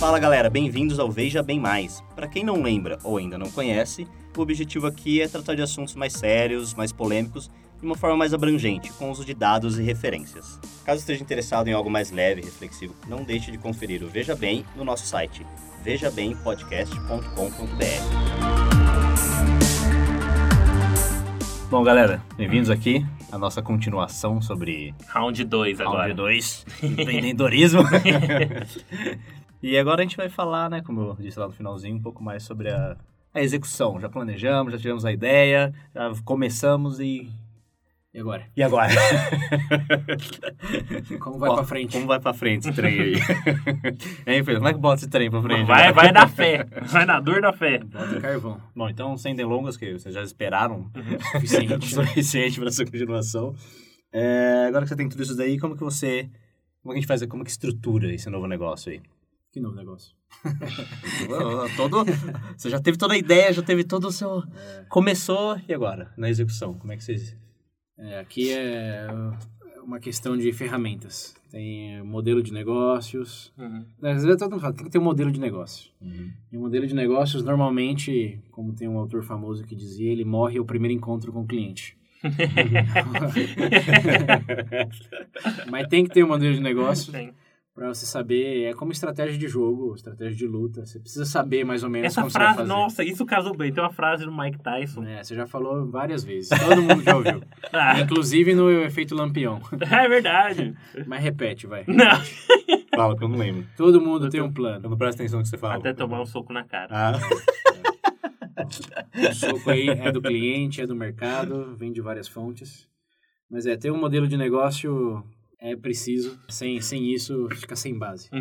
Fala galera, bem-vindos ao Veja Bem Mais. Para quem não lembra ou ainda não conhece, o objetivo aqui é tratar de assuntos mais sérios, mais polêmicos, de uma forma mais abrangente, com o uso de dados e referências. Caso esteja interessado em algo mais leve e reflexivo, não deixe de conferir o Veja Bem no nosso site, vejabempodcast.com.br. Bom, galera, bem-vindos aqui à nossa continuação sobre... Round 2 agora. Round 2, empreendedorismo. E agora a gente vai falar, né, como eu disse lá no finalzinho, um pouco mais sobre a execução. Já planejamos, já tivemos a ideia, já começamos e... E agora? E agora? Como vai pra frente? Como vai pra frente esse trem aí? Hein, Pedro? Como é que bota esse trem pra frente? Vai na fé. Vai na dor da fé. Bota carvão. Bom, então, sem delongas, que vocês já esperaram Suficiente. suficiente para essa continuação. Agora que você tem tudo isso daí, como que a gente faz, como que estrutura esse novo negócio aí? Que novo negócio? Você já teve toda a ideia, já teve todo o seu... Começou, e agora? Na execução, como é que vocês... Aqui é uma questão de ferramentas. Tem modelo de negócios. Às vezes todo mundo fala, tem que ter um modelo de negócio. E o modelo de negócios, normalmente, como tem um autor famoso que dizia, ele morre ao primeiro encontro com o cliente. Mas tem que ter um modelo de negócio. Tem. Pra você saber, é como estratégia de jogo, estratégia de luta. Você precisa saber mais ou menos Essa como frase, você vai fazer. nossa, isso casou bem. Tem uma frase do Mike Tyson. Você já falou várias vezes. Todo mundo já ouviu. Inclusive no efeito Lampião. É verdade. Mas repete, vai. Não. Fala, que eu não lembro. Todo mundo tem um plano. Eu não presto atenção no que você fala. Até tomar um soco na cara. O soco aí é do cliente, é do mercado, vem de várias fontes. Mas ter um modelo de negócio é preciso. Sem isso, fica sem base.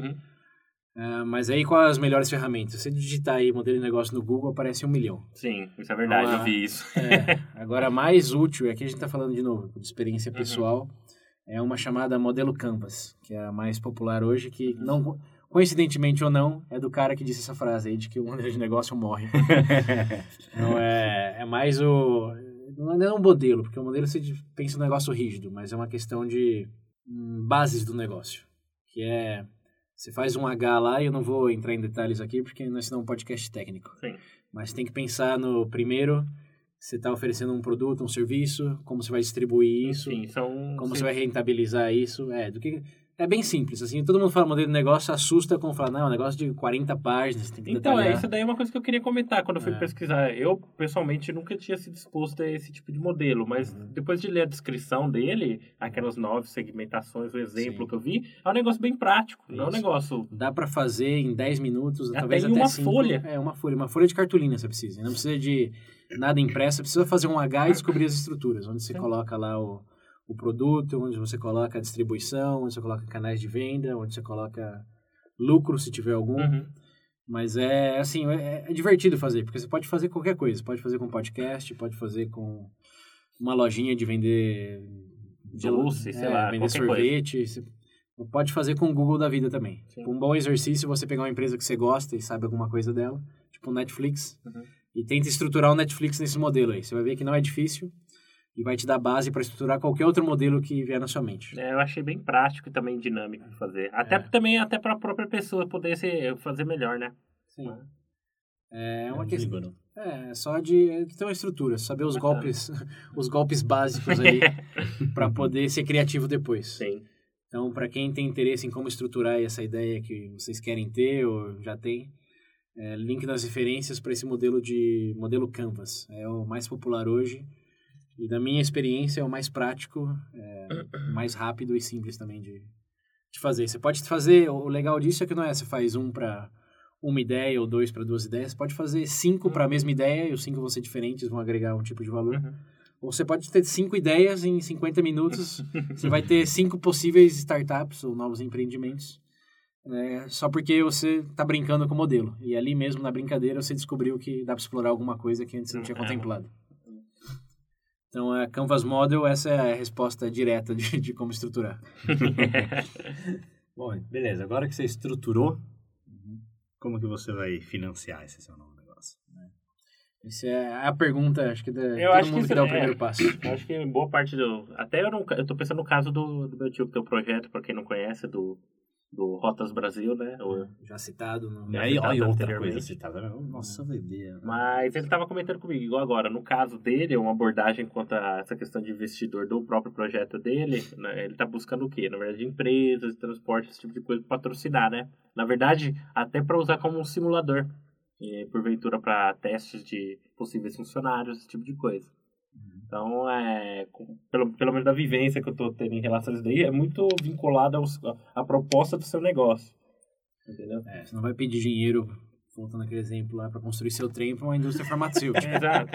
Mas aí, quais as melhores ferramentas? Se você digitar aí modelo de negócio no Google, aparece 1 milhão. Sim, isso é verdade, eu vi isso. Agora, a mais útil, aqui a gente está falando de novo, de experiência pessoal, é uma chamada modelo Canvas, que é a mais popular hoje, que não, coincidentemente ou não, é do cara que disse essa frase aí, de que o modelo de negócio morre. Então, é mais o... Não é um modelo, porque o modelo você pensa um negócio rígido, mas é uma questão de bases do negócio, que é... Você faz um H lá, e eu não vou entrar em detalhes aqui, porque nós não é um podcast técnico. Sim. Mas tem que pensar no primeiro, você está oferecendo um produto, um serviço, como você vai distribuir isso, Sim, como você vai rentabilizar isso. É bem simples, assim, todo mundo fala modelo de negócio, assusta com falar, não, é um negócio de 40 páginas, tem que detalhar. Então, isso daí é uma coisa que eu queria comentar quando eu fui pesquisar. Eu, pessoalmente, nunca tinha sido exposto a esse tipo de modelo, mas depois de ler a descrição dele, aquelas 9 segmentações, o exemplo que eu vi, é um negócio bem prático, não é um negócio... Dá para fazer em 10 minutos, talvez até até uma 5. folha. Uma folha de cartolina você precisa, não precisa de nada impresso, você precisa fazer um H e descobrir as estruturas, onde você coloca lá o produto, onde você coloca a distribuição, onde você coloca canais de venda, onde você coloca lucro, se tiver algum. Mas é divertido fazer, porque você pode fazer qualquer coisa. Pode fazer com podcast, pode fazer com uma lojinha de vender... doce, sei lá, vender sorvete. Você pode fazer com o Google da vida também. Tipo, um bom exercício é você pegar uma empresa que você gosta e sabe alguma coisa dela, tipo o Netflix, e tenta estruturar o Netflix nesse modelo aí. Você vai ver que não é difícil. E vai te dar base para estruturar qualquer outro modelo que vier na sua mente. Eu achei bem prático e também dinâmico de fazer. Até para a própria pessoa poder fazer melhor, né? Sim. É uma questão. Só de ter uma estrutura, saber os golpes básicos aí para poder ser criativo depois. Sim. Então, para quem tem interesse em como estruturar essa ideia que vocês querem ter ou já tem, link nas referências para esse modelo Canvas. É o mais popular hoje. E da minha experiência é o mais prático, mais rápido e simples também de fazer. Você pode fazer, o legal disso é que não você faz um para uma ideia ou 2 para 2 ideias, você pode fazer 5 para a mesma ideia e os 5 vão ser diferentes, vão agregar um tipo de valor. Ou você pode ter 5 ideias em 50 minutos, você vai ter 5 possíveis startups ou novos empreendimentos, só porque você está brincando com o modelo. E ali mesmo na brincadeira você descobriu que dá para explorar alguma coisa que antes não tinha contemplado. Então, a Canvas Model, essa é a resposta direta de como estruturar. Bom, beleza. Agora que você estruturou, como que você vai financiar esse seu novo negócio? Essa é a pergunta, acho que todo mundo que dá o primeiro passo. Eu acho que boa parte do... Até eu tô pensando no caso do meu tio, que tem um projeto, para quem não conhece, do do Rotas Brasil, né? Já citado. E aí, olha outra anteriormente. coisa citada. Nossa, bebê. Mas ele estava comentando comigo, igual agora, no caso dele, uma abordagem quanto a essa questão de investidor do próprio projeto dele, né, ele está buscando o quê? Na verdade, empresas, transporte, esse tipo de coisa, patrocinar, né? Na verdade, até para usar como um simulador, porventura para testes de possíveis funcionários, esse tipo de coisa. Então, pelo menos da vivência que eu estou tendo em relação a isso daí, é muito vinculado à proposta do seu negócio. Entendeu? Você não vai pedir dinheiro, voltando aquele exemplo lá, para construir seu trem para uma indústria farmacêutica. Exato.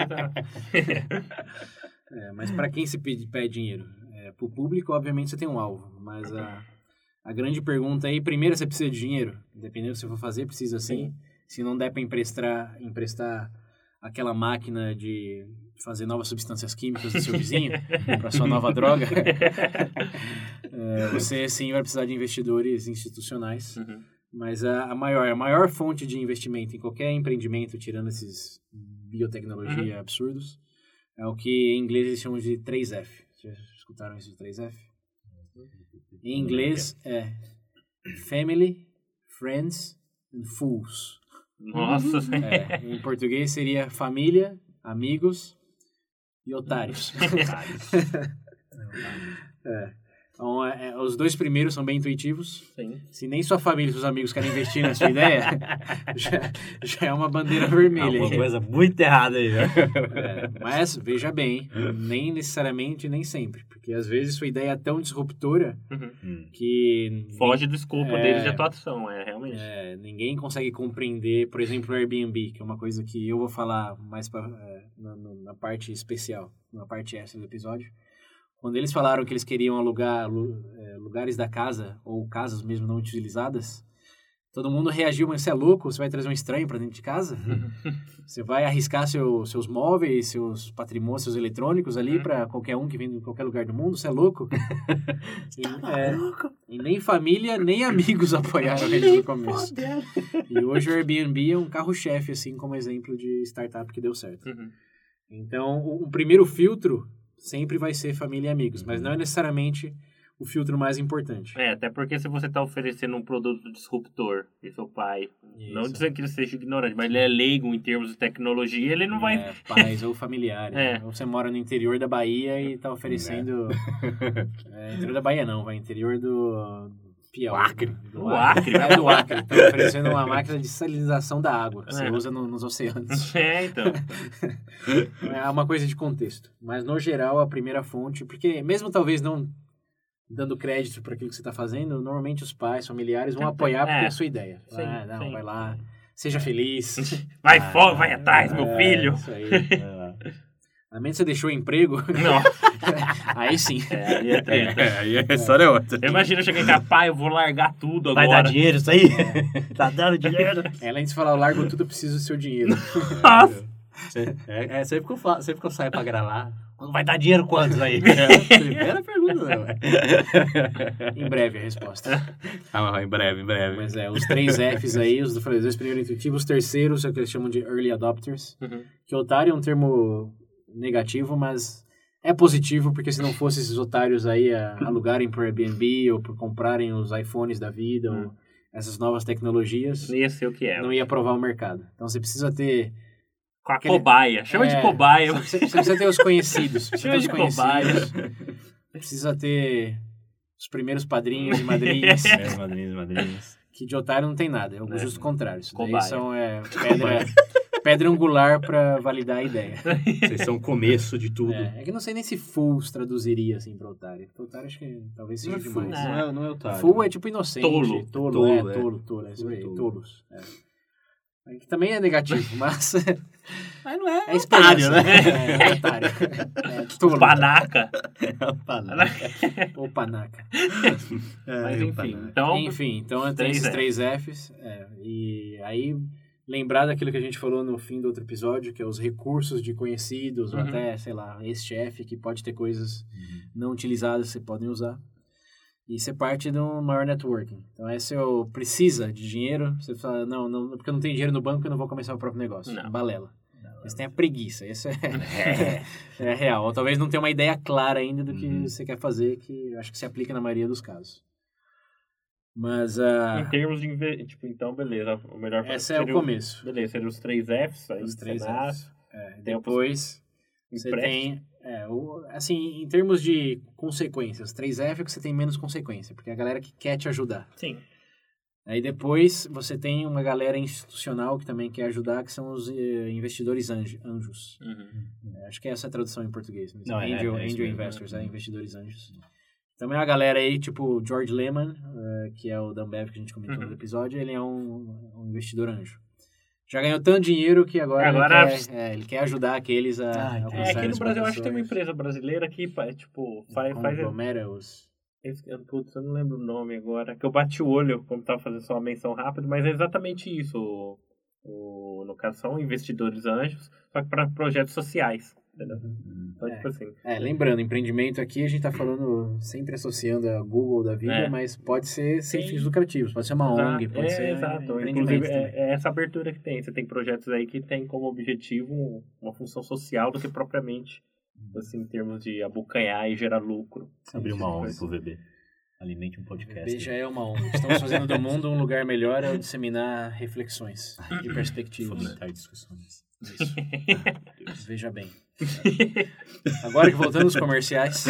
Mas para quem se pede dinheiro? Para o público, obviamente, você tem um alvo. Mas a grande pergunta aí, primeiro, você precisa de dinheiro? Dependendo do que você for fazer, precisa sim. Se não der para emprestar aquela máquina de fazer novas substâncias químicas do seu vizinho para sua nova droga, você sim vai precisar de investidores institucionais. Mas a maior fonte de investimento em qualquer empreendimento, tirando esses biotecnologia absurdos, é o que em inglês eles chamam de 3F. Vocês escutaram isso de 3F? Em inglês é Family, Friends and Fools. Nossa! Em português seria família, amigos e otários. Então, os dois primeiros são bem intuitivos. Sim. Se nem sua família e seus amigos querem investir na sua ideia, já é uma bandeira vermelha. Uma coisa muito errada aí, né? Mas, veja bem, nem necessariamente, nem sempre. Porque, às vezes, sua ideia é tão disruptora que... foge do escopo deles de atuação, realmente. Ninguém consegue compreender, por exemplo, o Airbnb, que é uma coisa que eu vou falar mais na parte especial, na parte extra do episódio. Quando eles falaram que eles queriam alugar lugares da casa, ou casas mesmo não utilizadas, todo mundo reagiu, mas você é louco? Você vai trazer um estranho para dentro de casa? Você vai arriscar seus móveis, seus patrimônios, seus eletrônicos ali para qualquer um que vem de qualquer lugar do mundo? Você é louco? E nem família, nem amigos apoiaram eles no começo. E hoje o Airbnb é um carro-chefe, assim, como exemplo de startup que deu certo. Então, o primeiro filtro sempre vai ser família e amigos, mas não é necessariamente o filtro mais importante. Até porque se você está oferecendo um produto disruptor e seu pai, não dizendo que ele seja ignorante, mas ele é leigo em termos de tecnologia, ele não vai... Pais ou familiares. Né? Ou você mora no interior da Bahia e está oferecendo... interior da Bahia não, vai interior do... Piauí. Acre. Do Acre. Está oferecendo uma máquina de salinização da água que você usa nos oceanos. Então. É uma coisa de contexto. Mas, no geral, a primeira fonte... Porque mesmo talvez não dando crédito para aquilo que você está fazendo, normalmente os pais, familiares vão apoiar porque é a sua ideia. Sim. Vai lá, seja feliz. Vai atrás, meu filho. Isso aí. A menos que você deixou o emprego. Não. Aí sim. Aí a história é outra. Imagina chegar em casa, pai, eu vou largar tudo agora. Vai dar dinheiro isso aí? Tá dando dinheiro? Além de falar, eu largo tudo, eu preciso do seu dinheiro. Sempre que eu saio pra gravar, vai dar dinheiro quantos aí? Primeira pergunta, não. Em breve a resposta. Em breve. Mas os 3 Fs aí, os dois primeiros intuitivos, os terceiros é o que eles chamam de Early Adopters. Que otário é um termo negativo, mas é positivo, porque se não fosse esses otários aí alugarem por Airbnb ou por comprarem os iPhones da vida ou essas novas tecnologias, não ia ser o que é. Não ia provar o mercado. Então você precisa ter... cobaia. Chama de cobaia. Você precisa ter os conhecidos. Chama de cobaia. Precisa ter os primeiros padrinhos e madrinhas. madrinhas. Que de otário não tem nada. É o justo contrário. Isso daí são pedra angular para validar a ideia. Vocês são o começo de tudo. É que não sei nem se fools traduziria assim para otário. Porque otário acho que talvez seja demais. Não é otário. Fool é tipo inocente. Tolo. Tolo. Tolos. Que também é negativo, mas não é. É otário, né? É otário. Tolo. Panaca. Ou panaca. Mas enfim. Então tem esses 3 Fs. E aí, lembrar daquilo que a gente falou no fim do outro episódio, que é os recursos de conhecidos, ou até, sei lá, ex-chefe, que pode ter coisas não utilizadas que você podem usar. E ser parte de um maior networking. Então, se eu precisa de dinheiro, você fala, não, porque eu não tenho dinheiro no banco, eu não vou começar o próprio negócio. Não. Balela. Você tem a preguiça. Isso é real. Ou talvez não tenha uma ideia clara ainda do que você quer fazer, que eu acho que se aplica na maioria dos casos. Mas Em termos de tipo, então, beleza. O melhor esse é o começo. Beleza, seriam os 3 Fs. Aí, Os 3 Senado, Fs. Depois, você tem... assim, em termos de consequências, 3F é que você tem menos consequência, porque é a galera que quer te ajudar. Sim. Aí depois você tem uma galera institucional que também quer ajudar, que são os investidores anjos. Acho que essa é a tradução em português. Mas Não, Angel isso mesmo. Investors, investidores anjos. Também a galera aí, tipo George Lehman, que é o da Ambev que a gente comentou no episódio, ele é um investidor anjo. Já ganhou tanto dinheiro que agora ele quer ajudar aqueles a alcançar aqui no Brasil eu acho que tem uma sonhos. empresa brasileira que tipo, faz Conglomerados. Putz, eu não lembro o nome agora, que eu bati o olho, como tava fazendo só uma menção rápida, mas é exatamente isso. No caso, são investidores anjos, só que para projetos sociais. Entendeu? Então, tipo assim. Lembrando, empreendimento aqui a gente tá falando, sempre associando a Google da vida, mas pode ser sem fins lucrativos, pode ser uma ONG, pode ser exato. Inclusive, é essa abertura que tem. Você tem projetos aí que tem como objetivo uma função social do que propriamente, assim, em termos de abocanhar e gerar lucro. Abrir uma ONG pro VB. Alimente um podcast. O VB já é uma ONG. Estamos fazendo do mundo um lugar melhor ao disseminar reflexões e perspectivas. Fomentar discussões. Isso. Veja bem. Agora que voltando aos comerciais,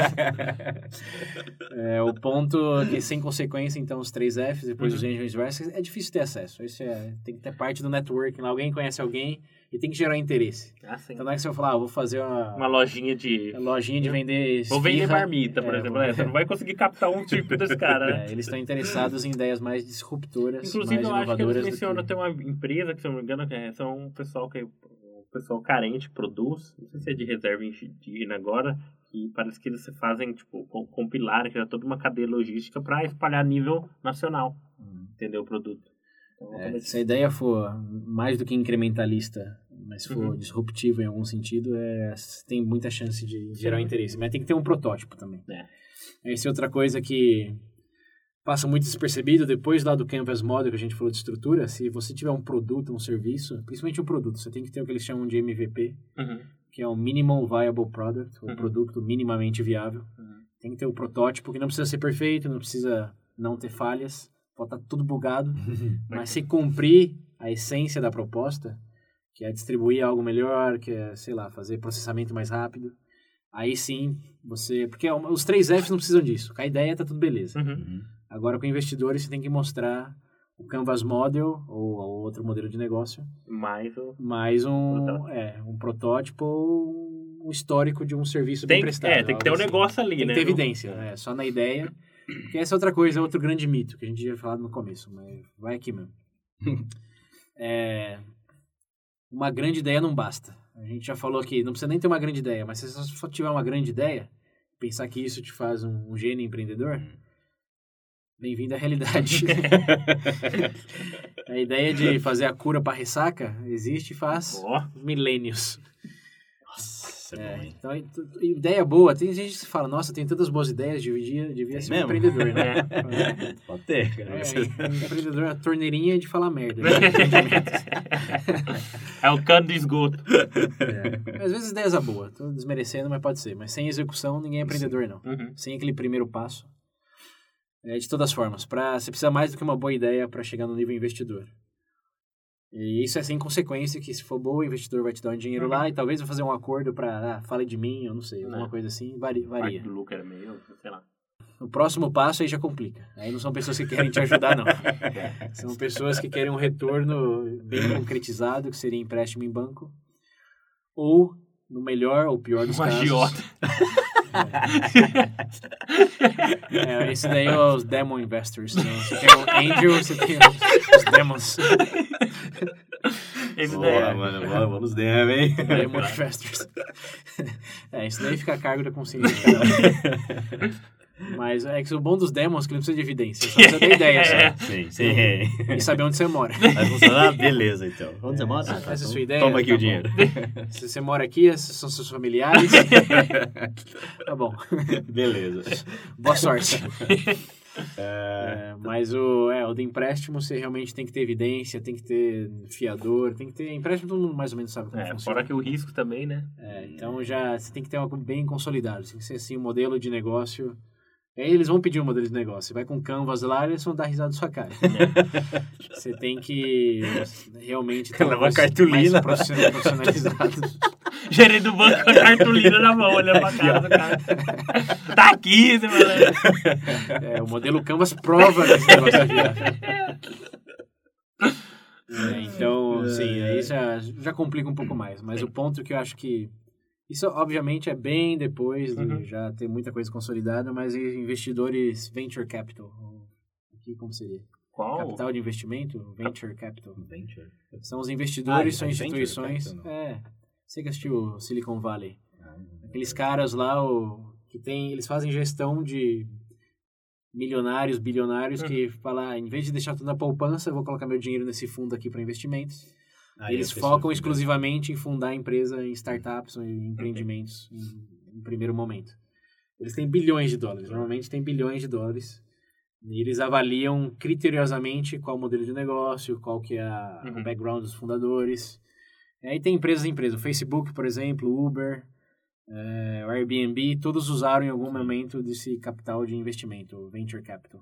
o ponto que sem consequência, então, os 3 Fs, depois os Angel Investors, é difícil ter acesso. Isso tem que ter parte do networking. Alguém conhece alguém e tem que gerar interesse. Então não é que você vai falar, vou fazer uma lojinha de vender vou vender marmita, por exemplo. Você não vai conseguir captar um tipo desse cara, né? Eles estão interessados em ideias mais disruptoras, inclusive, mais eu acho que eles mencionam, que... tem uma empresa que, se eu não me engano, são um pessoal carente que produz, não sei se é de reserva indígena agora, que parece que eles fazem, tipo, compilar, criar toda uma cadeia logística para espalhar a nível nacional, entendeu, o produto. Então, se a ideia for mais do que incrementalista, mas for disruptiva em algum sentido, tem muita chance de gerar um interesse. Mas tem que ter um protótipo também. Essa é outra coisa que passa muito despercebido. Depois lá do Canvas Model, que a gente falou de estrutura, se você tiver um produto, um serviço, principalmente um produto, você tem que ter o que eles chamam de MVP, que é o Minimum Viable Product, o produto minimamente viável. Tem que ter o protótipo, que não precisa ser perfeito, não precisa não ter falhas, pode estar tudo bugado, mas se cumprir a essência da proposta, que é distribuir algo melhor, que é, sei lá, fazer processamento mais rápido, aí sim você... Porque os 3 Fs não precisam disso. Com a ideia tá tudo beleza. Agora, com investidores, você tem que mostrar o Canvas Model, ou outro modelo de negócio, mais um protótipo ou um histórico de um serviço bem prestado. Tem que ter um negócio ali, né? Tem que ter evidência, só na ideia. Porque essa é outra coisa, outro grande mito, que a gente já falado no começo, mas vai aqui mesmo. Uma grande ideia não basta. A gente já falou aqui, não precisa nem ter uma grande ideia, mas se você só tiver uma grande ideia, pensar que isso te faz um gênio empreendedor, bem-vindo à realidade. A ideia de fazer a cura para ressaca existe faz milênios. Então, ideia boa. Tem gente que fala, nossa, tem tantas boas ideias, devia ser um empreendedor, né? Pode ter, cara. Empreendedor é a torneirinha de falar merda. É o cano de esgoto. Às vezes ideias é boa, tô desmerecendo, mas pode ser. Mas sem execução, ninguém é empreendedor, não. Sem aquele primeiro passo. De todas formas, você precisa mais do que uma boa ideia para chegar no nível investidor. E isso é sem consequência, que se for boa, o investidor vai te dar um dinheiro lá e talvez vai fazer um acordo para, fala de mim, eu não sei, alguma coisa assim, varia. Parte do lucro é meu, sei lá. O próximo passo aí já complica. Aí não são pessoas que querem te ajudar, não. São pessoas que querem um retorno bem concretizado, que seria empréstimo em banco. Ou, no melhor ou pior dos casos... agiota. Esse daí é os Demon Investors. Né? Você tem o Angel, você tem os Demons. Mano, vamos Demon, hein? Demon Investors. Isso daí fica a cargo da consciência de cada um. Mas é que o bom dos Demons é que não precisa de evidência, só precisa ter ideia só. Sim. E saber onde você mora. Vai funcionar? Beleza, então. Onde você mora? Essa é a sua ideia. Toma aqui o dinheiro. Se você mora aqui, esses são seus familiares. Tá bom. Beleza. Boa sorte. Mas o de empréstimo, você realmente tem que ter evidência, tem que ter fiador, tem que ter empréstimo, todo mundo mais ou menos sabe como funciona. Fora que o risco também, né? Então já você tem que ter algo bem consolidado, tem que ser assim, um modelo de negócio E aí eles vão pedir um modelo de negócio. Você vai com Canvas lá, eles vão dar risada da sua cara. Você tem que realmente ter uma cartolina mais profissionalizado. Gerente do banco com a cartolina na mão, olhando pra cara do cara. Tá aqui, você vai... O modelo Canvas prova desse negócio aqui. Então, sim, aí já complica um pouco mais. Mas o ponto que eu acho que... Isso, obviamente, é bem depois de já ter muita coisa consolidada, mas investidores venture capital. Aqui, como seria? Qual? Capital de investimento? Venture capital. São os investidores, são instituições... Você que assistiu Silicon Valley. Aqueles caras lá eles fazem gestão de milionários, bilionários que falam, em vez de deixar tudo na poupança, eu vou colocar meu dinheiro nesse fundo aqui para investimentos. Eles focam exclusivamente em fundar empresa em startups ou em empreendimentos em primeiro momento. Eles têm bilhões de dólares, normalmente têm bilhões de dólares. E eles avaliam criteriosamente qual o modelo de negócio, qual que é o background dos fundadores. Aí tem empresas e empresas. O Facebook, por exemplo, o Uber, o Airbnb, todos usaram em algum momento desse capital de investimento, o venture capital.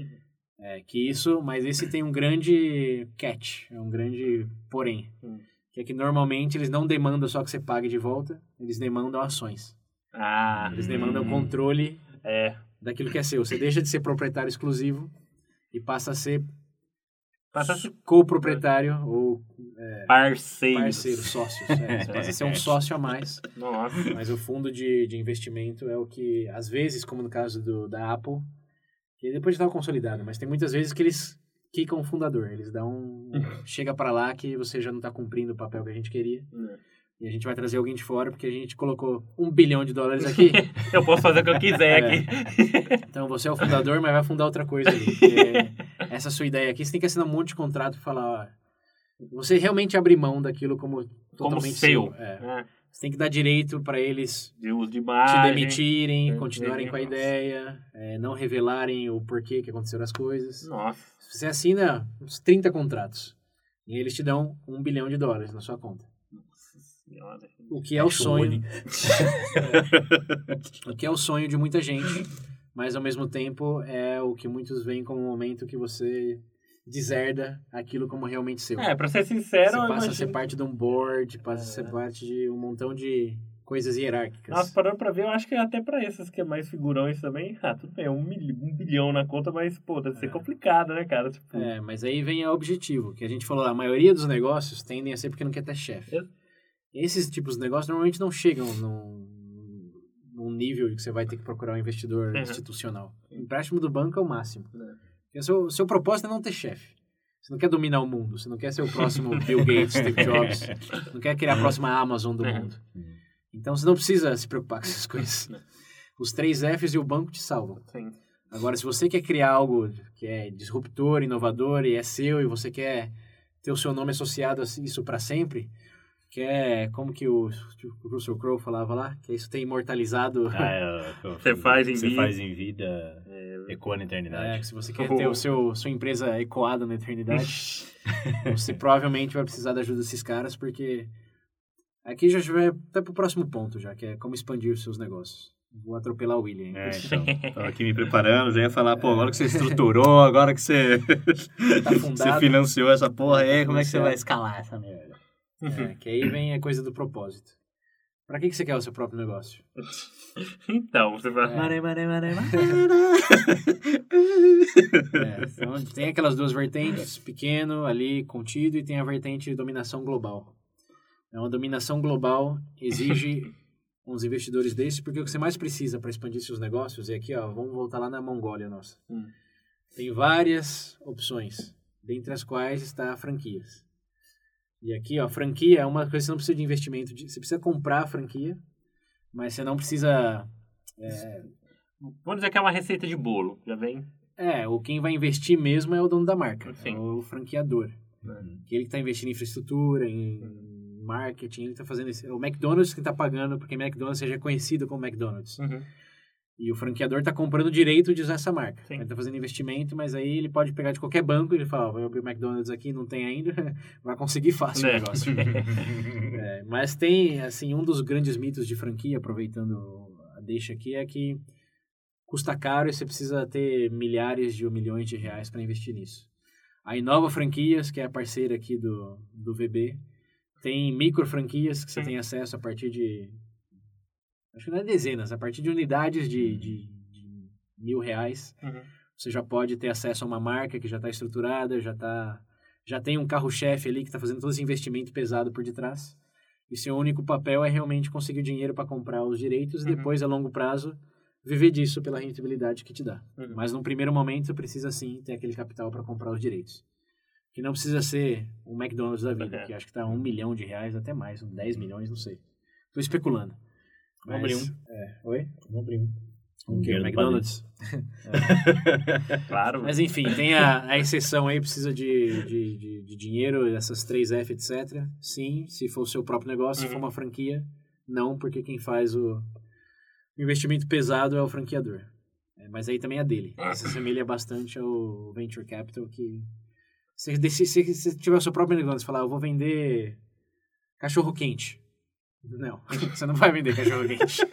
Mas esse tem um grande catch, um grande porém. Que é que normalmente eles não demandam só que você pague de volta, eles demandam ações. Eles demandam controle daquilo que é seu. Você deixa de ser proprietário exclusivo e passa a ser co-proprietário ou parceiro, sócio. Passa a ser um sócio a mais. Nossa. Mas o fundo de investimento é o que, às vezes, como no caso da Apple, que depois já estava consolidado, mas tem muitas vezes que eles quicam o fundador. Eles dão chega para lá que você já não está cumprindo o papel que a gente queria. E a gente vai trazer alguém de fora porque a gente colocou $1 bilhão aqui. Eu posso fazer o que eu quiser aqui. Então você é o fundador, mas vai fundar outra coisa ali. Essa sua ideia aqui, você tem que assinar um monte de contrato e falar, você realmente abre mão daquilo como totalmente seu. Você tem que dar direito para eles te demitirem, continuarem com a ideia, não revelarem o porquê que aconteceram as coisas. Nossa. Você assina uns 30 contratos e eles te dão $1 bilhão na sua conta. O que é o sonho. O que é o sonho de muita gente, mas ao mesmo tempo é o que muitos veem como um momento que você deserda aquilo como realmente seu. Pra ser sincero, você passa a ser parte de um board, passa a ser parte de um montão de coisas hierárquicas. Nossa, parando pra ver, eu acho que até pra esses que é mais figurões também, tudo bem, $1 bilhão na conta, mas, deve ser complicado, né, cara? Tipo... mas aí vem o objetivo, que a gente falou, a maioria dos negócios tendem a ser porque não quer ter chefe. Esses tipos de negócios normalmente não chegam num nível que você vai ter que procurar um investidor institucional. O empréstimo do banco é o máximo. Porque o seu propósito é não ter chefe. Você não quer dominar o mundo. Você não quer ser o próximo Bill Gates, Steve Jobs. Você não quer criar a próxima Amazon do mundo. Então você não precisa se preocupar com essas coisas. Os 3 Fs e o banco te salvam. Sim. Agora, se você quer criar algo que é disruptor, inovador e é seu e você quer ter o seu nome associado a isso para sempre... Que é como que o Russell Crowe falava lá, que isso tem imortalizado. Você faz em vida, ecoa na eternidade. Se você quer ter sua empresa ecoada na eternidade, você provavelmente vai precisar da ajuda desses caras, porque aqui já vai até pro próximo ponto, já, que é como expandir os seus negócios. Vou atropelar o William. Então, tava aqui me preparando, já ia falar, agora que você estruturou, agora que você, você financiou essa porra aí, como é que você vai escalar essa merda? Que aí vem a coisa do propósito. Pra que você quer o seu próprio negócio? Então, você vai... Então, tem aquelas 2 vertentes, pequeno, ali, contido, e tem a vertente de dominação global. Uma dominação global exige uns investidores desses, porque o que você mais precisa para expandir seus negócios, e aqui, vamos voltar lá na Mongólia nossa. Tem várias opções, dentre as quais está franquias. E aqui, franquia é uma coisa que você não precisa de investimento. Você precisa comprar a franquia, mas você não precisa... Vamos dizer que é uma receita de bolo, já vem... quem vai investir mesmo é o dono da marca, Sim. É o franqueador. Que ele que está investindo em infraestrutura, em marketing, ele está fazendo isso. É o McDonald's que está pagando, porque McDonald's seja conhecido como McDonald's. E o franqueador está comprando o direito de usar essa marca. Sim. Ele está fazendo investimento, mas aí ele pode pegar de qualquer banco e ele fala, vai abrir o McDonald's aqui, não tem ainda, vai conseguir fácil o negócio. Mas tem, assim, um dos grandes mitos de franquia, aproveitando a deixa aqui, é que custa caro e você precisa ter milhares ou milhões de reais para investir nisso. A Inova Franquias, que é a parceira aqui do VB, tem micro franquias que você tem acesso a partir de, acho que não é dezenas, a partir de unidades de R$1.000. Você já pode ter acesso a uma marca que já está estruturada, já tem um carro-chefe ali que está fazendo todo esse investimento pesado por detrás. E seu único papel é realmente conseguir o dinheiro para comprar os direitos e depois, a longo prazo, viver disso pela rentabilidade que te dá. Mas, num primeiro momento, precisa, sim, ter aquele capital para comprar os direitos. Que não precisa ser um McDonald's da vida, que acho que está R$1 milhão, até mais, uns 10 milhões, não sei. Estou especulando. Vamos abrir um. Oi? Vamos abrir um. Um McDonald's? Claro. Mas, enfim, tem a exceção aí, precisa de dinheiro, essas 3F, etc. Sim, se for o seu próprio negócio, se for uma franquia, não, porque quem faz o investimento pesado é o franqueador. Mas aí também é dele. Se assemelha bastante ao Venture Capital, que se tiver o seu próprio negócio e falar, eu vou vender cachorro quente. Não, você não vai vender cachorro quente.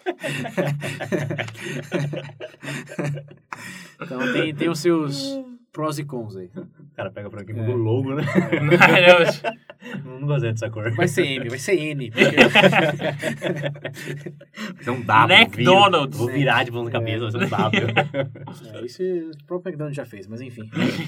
Então tem os seus prós e cons aí. O cara pega por aqui o logo, né? Não gostei dessa cor. Vai ser M, vai ser N. Vai ser um W. McDonald's. Vou virar de ponta cabeça, vai ser um W. Isso o próprio McDonald's já fez, mas enfim.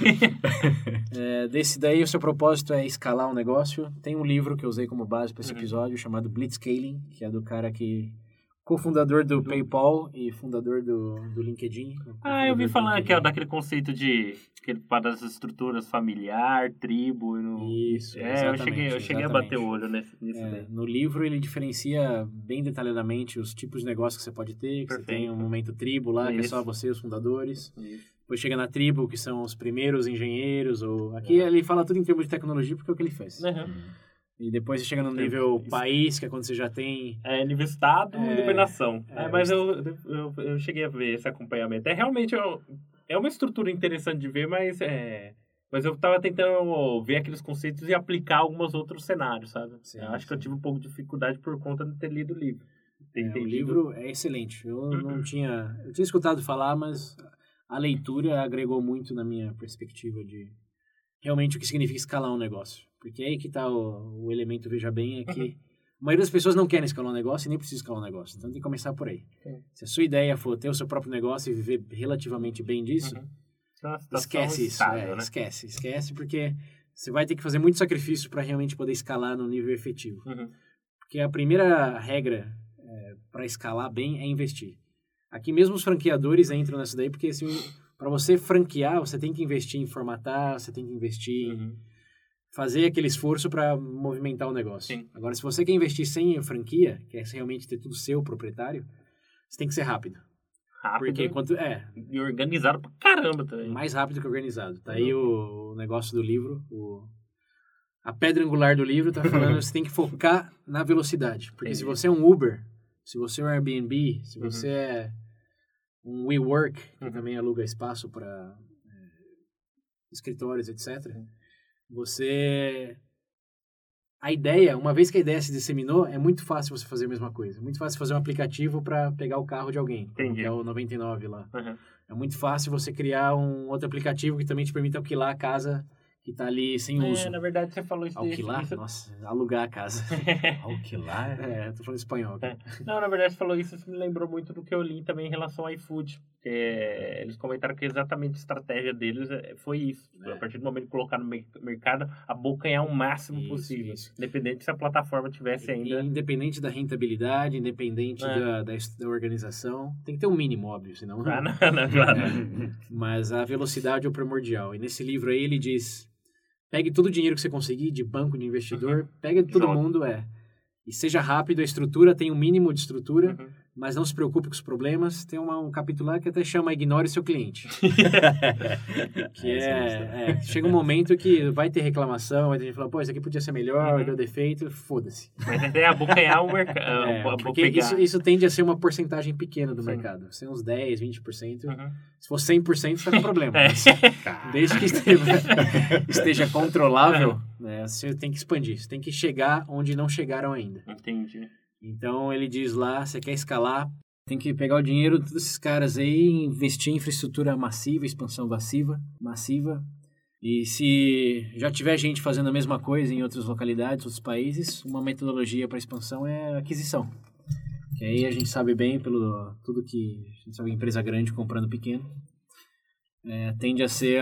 Desse daí, o seu propósito é escalar um negócio. Tem um livro que eu usei como base para esse episódio, chamado Blitzscaling, que é do cara cofundador do PayPal e fundador do LinkedIn. Eu vi falar que é daquele conceito para as estruturas familiar, tribo. Isso, exatamente. Eu cheguei a bater o olho nisso daí. No livro ele diferencia bem detalhadamente os tipos de negócio que você pode ter, que você tem um momento tribo lá, que é só você, os fundadores. Depois chega na tribo, que são os primeiros engenheiros. Aqui ele fala tudo em termos de tecnologia, porque é o que ele fez. E depois você chega no nível país, que é quando você já tem... nível estado e nível nação. Mas eu cheguei a ver esse acompanhamento. Realmente é uma estrutura interessante de ver, mas eu estava tentando ver aqueles conceitos e aplicar alguns outros cenários, sabe? Sim, acho que eu tive um pouco de dificuldade por conta de ter lido o livro. O livro é excelente. Eu não tinha... Eu tinha escutado falar, mas a leitura agregou muito na minha perspectiva de realmente o que significa escalar um negócio. Porque aí que está o elemento, veja bem, é que a maioria das pessoas não querem escalar um negócio e nem precisa escalar um negócio. Então tem que começar por aí. Se a sua ideia for ter o seu próprio negócio e viver relativamente bem disso, esquece isso. Né? Esquece, porque você vai ter que fazer muito sacrifício para realmente poder escalar no nível efetivo. Porque a primeira regra para escalar bem é investir. Aqui mesmo os franqueadores entram nessa daí, porque assim, para você franquear, você tem que investir em formatar, você tem que investir em fazer aquele esforço para movimentar o negócio. Sim. Agora, se você quer investir sem franquia, quer realmente ter tudo seu, proprietário, você tem que ser rápido. Porque e organizado pra caramba também. Mais rápido que organizado. Tá aí o negócio do livro, a pedra angular do livro tá falando que você tem que focar na velocidade. Porque se você é um Uber, se você é um Airbnb, se você é um WeWork, que também aluga espaço para escritórios, etc., a ideia, uma vez que a ideia se disseminou, é muito fácil você fazer a mesma coisa. É muito fácil fazer um aplicativo para pegar o carro de alguém, que é o 99 lá. É muito fácil você criar um outro aplicativo que também te permita alquilar a casa que está ali sem uso. Na verdade, você falou isso. Alquilar? Nossa, alugar a casa. Alquilar? Tô falando espanhol. Não, na verdade, você falou isso me lembrou muito do que eu li também em relação ao iFood. Eles comentaram que exatamente a estratégia deles foi isso. A partir do momento de colocar no mercado, abocanhar o máximo possível. Independente se a plataforma tivesse ainda... Independente da rentabilidade, independente da organização. Tem que ter um mínimo, óbvio, senão... Não, claro. Mas a velocidade é o primordial. E nesse livro aí ele diz... Pegue todo o dinheiro que você conseguir de banco, de investidor, pega de todo mundo, e seja rápido, a estrutura tem um mínimo de estrutura, mas não se preocupe com os problemas. Tem um capítulo lá que até chama Ignore seu cliente. Chega um momento que vai ter reclamação, vai ter gente falando, pô, isso aqui podia ser melhor, deu defeito, foda-se. Mas até abocanhar o mercado. Porque isso tende a ser uma porcentagem pequena do mercado. Ser uns 10, 20%. Se for 100%, você está com problema. Desde que esteja controlável, você tem que expandir. Você tem que chegar onde não chegaram ainda. Entendi. Então, ele diz lá, você quer escalar, Tem que pegar o dinheiro desses caras aí e investir em infraestrutura massiva, expansão massiva. E se já tiver gente fazendo a mesma coisa em outras localidades, outros países, uma metodologia para expansão é aquisição. Que aí a gente sabe bem, pelo tudo que a gente sabe, empresa grande comprando pequeno, tende a ser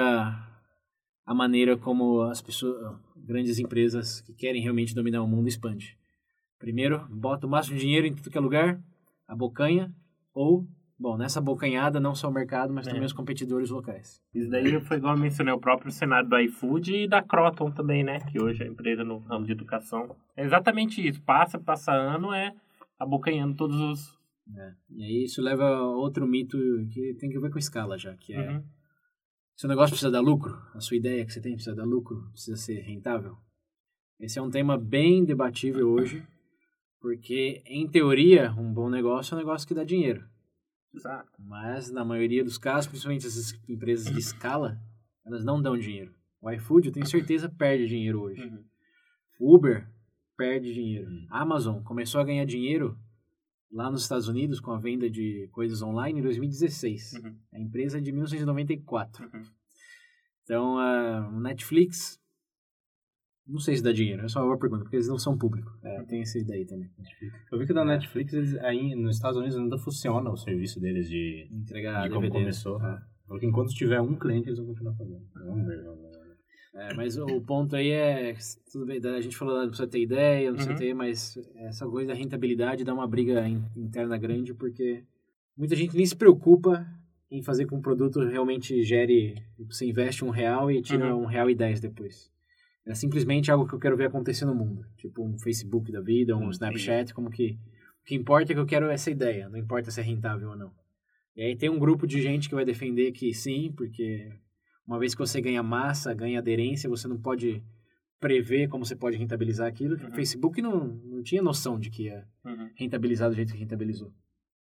a maneira como as pessoas, grandes empresas que querem realmente dominar o mundo, expande. Primeiro, bota o máximo de dinheiro em tudo que é lugar, abocanha, ou, bom, nessa abocanhada não só o mercado, mas também os competidores locais. Isso daí foi igual eu mencionei, o próprio cenário do iFood e da Croton também, né? Que hoje é a empresa no ramo de educação. É exatamente isso, passa ano, abocanhando todos os... E aí isso leva a outro mito que tem que ver com escala já, que é... Seu negócio precisa dar lucro? A sua ideia que você tem precisa dar lucro? Precisa ser rentável? Esse é um tema bem debatível hoje, porque, em teoria, um bom negócio é um negócio que dá dinheiro. Exato. Mas, na maioria dos casos, principalmente essas empresas de escala, elas não dão dinheiro. O iFood, eu tenho certeza, perde dinheiro hoje. Uber perde dinheiro. Amazon começou a ganhar dinheiro lá nos Estados Unidos com a venda de coisas online em 2016. A empresa é de 1994. Então, o Netflix, não sei se dá dinheiro, é só uma pergunta, porque eles não são públicos. Tem essa ideia também. Eu vi que da Netflix, eles, aí nos Estados Unidos ainda funciona o serviço deles de entregar como DVD. começou. Porque enquanto tiver um cliente, eles vão continuar fazendo. Vamos ver. Mas o ponto aí é, tudo bem, a gente falou, não precisa ter ideia, não precisa ter, mas essa coisa da rentabilidade dá uma briga interna grande, porque muita gente nem se preocupa em fazer com que o produto realmente gere, você investe R$1 e tira R$1,10 depois. É simplesmente algo que eu quero ver acontecer no mundo, tipo um Facebook da vida, um Snapchat, como que o que importa é que eu quero essa ideia, não importa se é rentável ou não. E aí tem um grupo de gente que vai defender que sim, porque... Uma vez que você ganha massa, ganha aderência, você não pode prever como você pode rentabilizar aquilo. O Facebook não tinha noção de que ia rentabilizar do jeito que rentabilizou.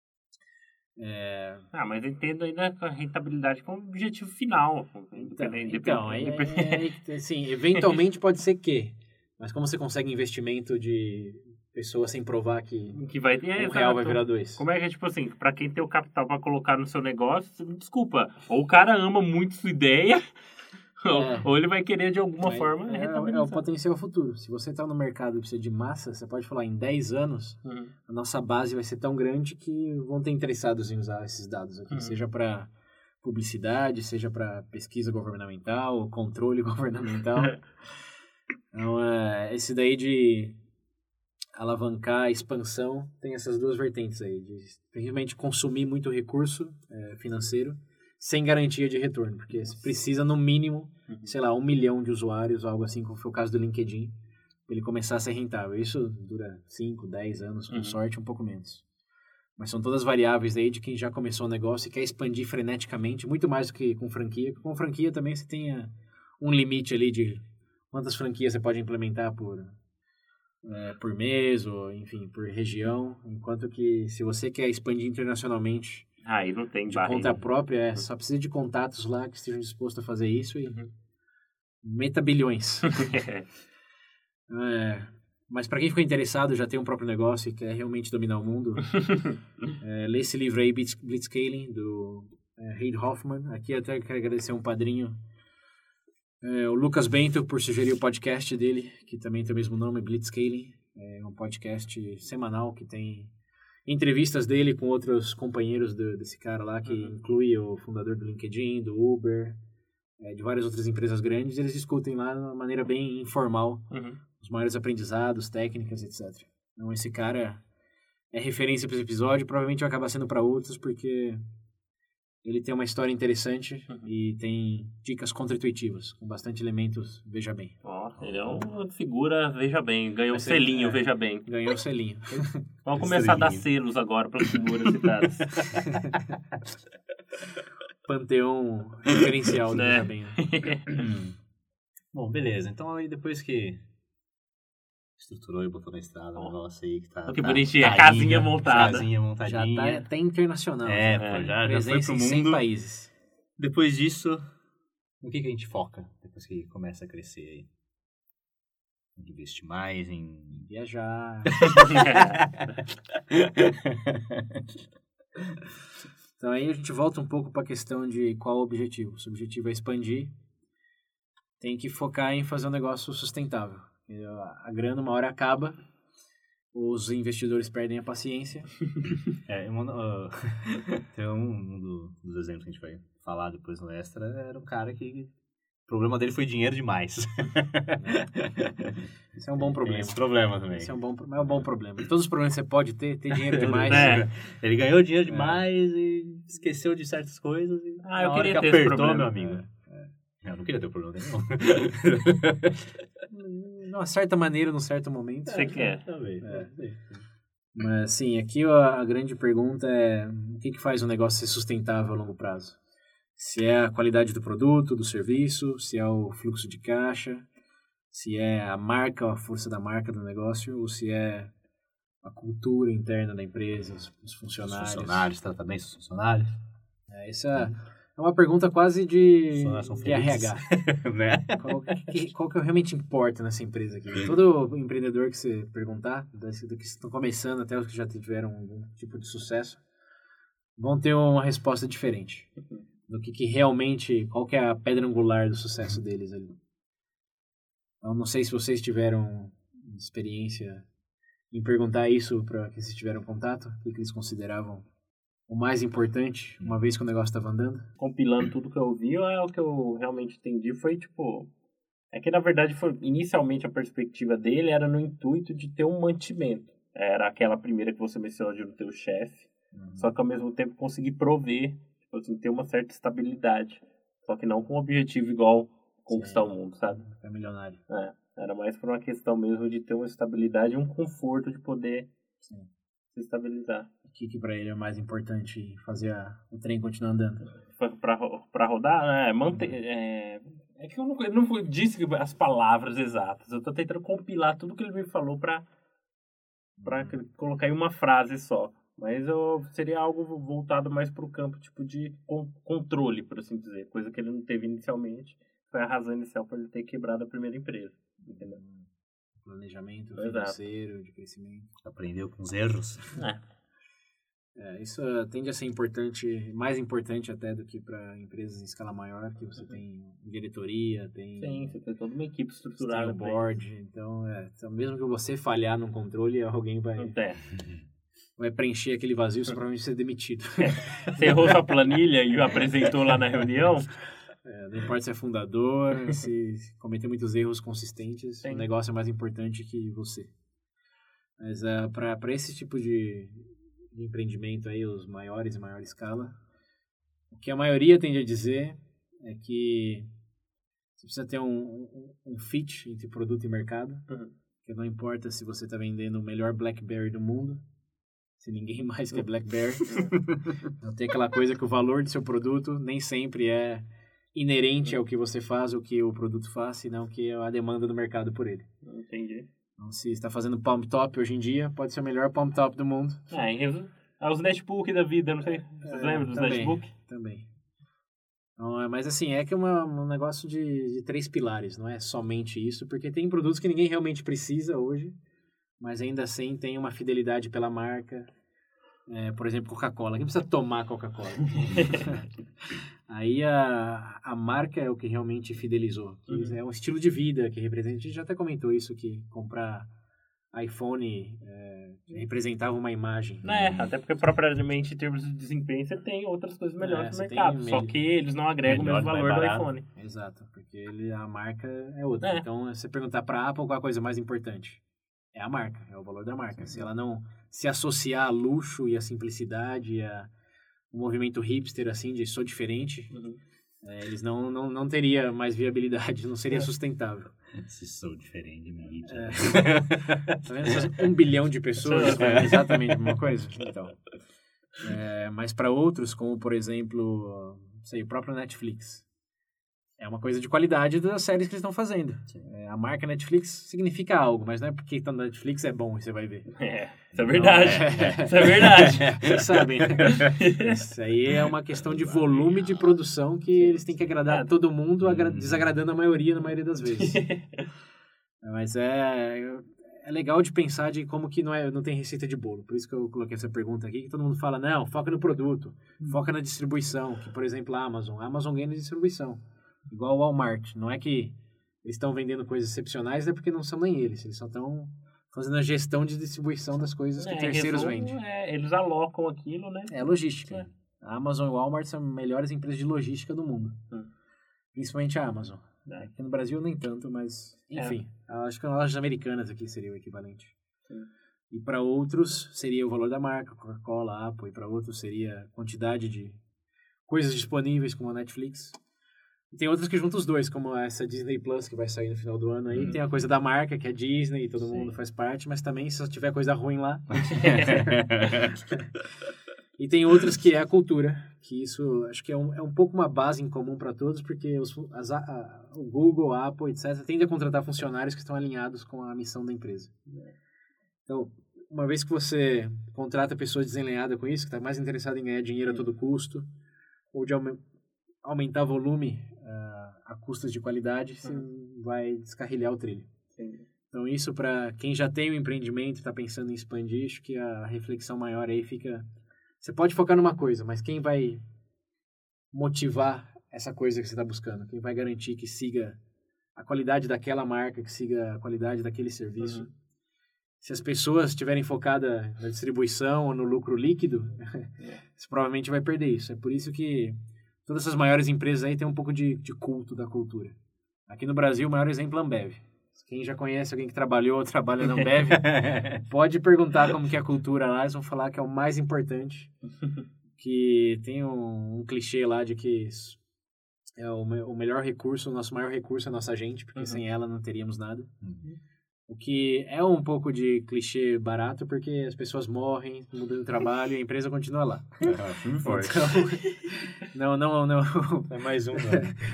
Mas eu entendo ainda a rentabilidade como objetivo final. Assim, eventualmente pode ser que. Mas como você consegue investimento de pessoa sem provar que vai ter, R$1 vai virar 2? Como é que é, tipo assim, pra quem tem o capital pra colocar no seu negócio, desculpa, ou o cara ama muito sua ideia, ou ele vai querer de alguma forma rentabilizar. É o potencial futuro. Se você tá no mercado e precisa de massa, você pode falar, em 10 anos, a nossa base vai ser tão grande que vão ter interessados em usar esses dados aqui, seja para publicidade, seja para pesquisa governamental, controle governamental. Então, esse daí de alavancar a expansão tem essas duas vertentes aí, de realmente consumir muito recurso financeiro sem garantia de retorno, porque você precisa no mínimo, sei lá, 1 milhão de usuários, algo assim, como foi o caso do LinkedIn, para ele começar a ser rentável. Isso dura 5, 10 anos, com sorte, um pouco menos. Mas são todas variáveis aí de quem já começou o negócio e quer expandir freneticamente, muito mais do que com franquia. Com franquia também você tem um limite ali de quantas franquias você pode implementar por mês, ou enfim, por região, enquanto que se você quer expandir internacionalmente aí não tem de conta própria, só precisa de contatos lá que estejam dispostos a fazer isso e meta bilhões. Mas para quem ficou interessado, já tem um próprio negócio e quer realmente dominar o mundo, lê esse livro aí, Blitzscaling, do Reid Hoffman. Aqui até quero agradecer um padrinho, o Lucas Bento, por sugerir o podcast dele, que também tem o mesmo nome, Blitzscaling. É um podcast semanal que tem entrevistas dele com outros companheiros desse cara lá, que inclui o fundador do LinkedIn, do Uber, de várias outras empresas grandes. Eles discutem lá de uma maneira bem informal os maiores aprendizados, técnicas, etc. Então esse cara é referência para esse episódio, provavelmente vai acabar sendo para outros, porque ele tem uma história interessante e tem dicas contra-intuitivas, com bastante elementos veja bem. Ele é uma figura veja bem, ganhou um selinho veja bem. Ganhou um selinho. Vamos começar a dar selos agora para as figuras citadas. Panteão referencial do veja bem. Bom, beleza. Então aí depois que estruturou e botou na estrada o negócio aí que tá... Que bonitinho, a casinha montada. Casinha montadinha. Já tá até internacional. Já foi pro mundo. Em 100 países. Depois disso, no que a gente foca? Depois que começa a crescer aí? Investir mais em... Viajar. Então aí a gente volta um pouco para a questão de qual o objetivo. Se o objetivo é expandir, tem que focar em fazer um negócio sustentável. A grana uma hora acaba, os investidores perdem a paciência. Tem dos exemplos que a gente vai falar depois no Extra, era um cara que o problema dele foi dinheiro demais. Esse é um bom problema. Esse problema também. Esse é um bom problema. Todos os problemas que você pode ter dinheiro demais. Ele ganhou dinheiro demais e esqueceu de certas coisas. Eu queria ter apertou, esse problema, meu amigo. Eu não queria ter problema nenhum. De uma certa maneira, num certo momento. Você quer. Talvez. Mas, sim, aqui a grande pergunta é o que faz um negócio ser sustentável a longo prazo? Se é a qualidade do produto, do serviço, se é o fluxo de caixa, se é a marca, a força da marca do negócio, ou se é a cultura interna da empresa, os funcionários. Os funcionários, trata bem os funcionários. Essa é uma pergunta quase de RH. Né? Qual que realmente importa nessa empresa aqui? Todo empreendedor que você perguntar, do que estão começando até os que já tiveram algum tipo de sucesso, vão ter uma resposta diferente do que realmente, qual que é a pedra angular do sucesso deles ali. Eu não sei se vocês tiveram experiência em perguntar isso para quem vocês tiveram contato, o que eles consideravam o mais importante, uma vez que o negócio estava andando. Compilando tudo que eu ouvi, o que eu realmente entendi foi, é que na verdade inicialmente a perspectiva dele era no intuito de ter um mantimento. Era aquela primeira que você mencionou de ter o chefe, só que ao mesmo tempo conseguir prover, ter uma certa estabilidade. Só que não com um objetivo igual conquistar o mundo, sabe? É milionário. Era mais por uma questão mesmo de ter uma estabilidade e um conforto de poder se estabilizar. O que para ele é mais importante fazer o trem continuar andando? Para rodar, manter... É que eu não disse as palavras exatas. Eu tô tentando compilar tudo que ele me falou para colocar em uma frase só. Mas seria algo voltado mais para o campo de controle, por assim dizer. Coisa que ele não teve inicialmente. Foi a razão inicial para ele ter quebrado a primeira empresa. Entendeu? Planejamento financeiro, de crescimento. Aprendeu com os erros. Isso tende a ser importante, mais importante até do que para empresas em escala maior, que você tem diretoria, Sim, você tem toda uma equipe estruturada. Tem o board, então mesmo que você falhar no controle, alguém vai preencher aquele vazio, você provavelmente ser demitido. Você errou sua planilha e apresentou lá na reunião? Não importa se é fundador, se cometer muitos erros consistentes, o negócio é mais importante que você. Mas para esse tipo de empreendimento aí, os maiores e maior escala, o que a maioria tende a dizer é que você precisa ter um fit entre produto e mercado, que não importa se você está vendendo o melhor BlackBerry do mundo, se ninguém mais quer BlackBerry. Não tem aquela coisa que o valor do seu produto nem sempre é inerente ao que você faz, o que o produto faz, senão que é a demanda do mercado por ele. Entendi. Então, se está fazendo palm top hoje em dia, pode ser o melhor palm top do mundo. Os netbook da vida, não sei. Vocês lembram dos netbook? Também. Então, mas assim, que é um negócio de 3 pilares, não é somente isso, porque tem produtos que ninguém realmente precisa hoje, mas ainda assim tem uma fidelidade pela marca. Por exemplo, Coca-Cola. Quem precisa tomar Coca-Cola? Aí a marca é o que realmente fidelizou. Que é um estilo de vida que representa. A gente já até comentou isso, que comprar iPhone representava uma imagem. Até porque propriamente em termos de desempenho você tem outras coisas melhores no mercado. Só que eles não agregam o mesmo valor do iPhone. Exato, porque a marca é outra. Então, se você perguntar para a Apple qual a coisa mais importante, é a marca, é o valor da marca. Se ela não se associar a luxo e a simplicidade, o movimento hipster, assim, de sou diferente, eles não teria mais viabilidade, não seria sustentável. Se sou diferente, mídia. Tá vendo? Essas 1 bilhão de pessoas fazem exatamente a mesma coisa? Então, mas para outros, como por exemplo, o próprio Netflix, é uma coisa de qualidade das séries que eles estão fazendo. A marca Netflix significa algo, mas não é porque tá na Netflix é bom, você vai ver. Isso é verdade. Isso é verdade. Vocês sabem. Isso aí é uma questão de volume de produção que eles têm que agradar todo mundo, desagradando a maioria na maioria das vezes. Mas é legal de pensar de como que não tem receita de bolo. Por isso que eu coloquei essa pergunta aqui, que todo mundo fala, não, foca no produto, foca na distribuição, que, por exemplo, a Amazon ganha na distribuição, igual o Walmart. Não é que eles estão vendendo coisas excepcionais, é porque não são nem eles só estão fazendo a gestão de distribuição das coisas que terceiros vendem. Eles alocam aquilo, né? É logística. A Amazon e o Walmart são as melhores empresas de logística do mundo. Principalmente a Amazon. Aqui no Brasil nem tanto, mas enfim. Acho que as lojas americanas aqui seria o equivalente. E para outros seria o valor da marca, Coca-Cola, Apple. E para outros seria a quantidade de coisas disponíveis como a Netflix. E tem outras que juntam os dois, como essa Disney Plus que vai sair no final do ano aí. Tem a coisa da marca, que é Disney, todo mundo faz parte, mas também se tiver coisa ruim lá. E tem outras que é a cultura, que isso acho que é um pouco uma base em comum para todos, porque o Google, a Apple, etc., tende a contratar funcionários que estão alinhados com a missão da empresa. Então, uma vez que você contrata pessoas desalinhadas com isso, que está mais interessada em ganhar dinheiro a todo custo, ou de aumentar volume a custos de qualidade, você vai descarrilhar o trilho. Então, isso para quem já tem um empreendimento e está pensando em expandir, acho que a reflexão maior aí fica... Você pode focar numa coisa, mas quem vai motivar essa coisa que você está buscando? Quem vai garantir que siga a qualidade daquela marca, que siga a qualidade daquele serviço? Se as pessoas estiverem focadas na distribuição ou no lucro líquido, você provavelmente vai perder isso. É por isso que todas essas maiores empresas aí têm um pouco de culto da cultura. Aqui no Brasil, o maior exemplo é a Ambev. Quem já conhece alguém que trabalhou ou trabalha na Ambev, pode perguntar como que é a cultura lá, eles vão falar que é o mais importante. Que tem um clichê lá de que é o melhor recurso, o nosso maior recurso é a nossa gente, porque sem ela não teríamos nada. O que é um pouco de clichê barato, porque as pessoas morrem, mudam de trabalho e a empresa continua lá. Então, não. É mais um,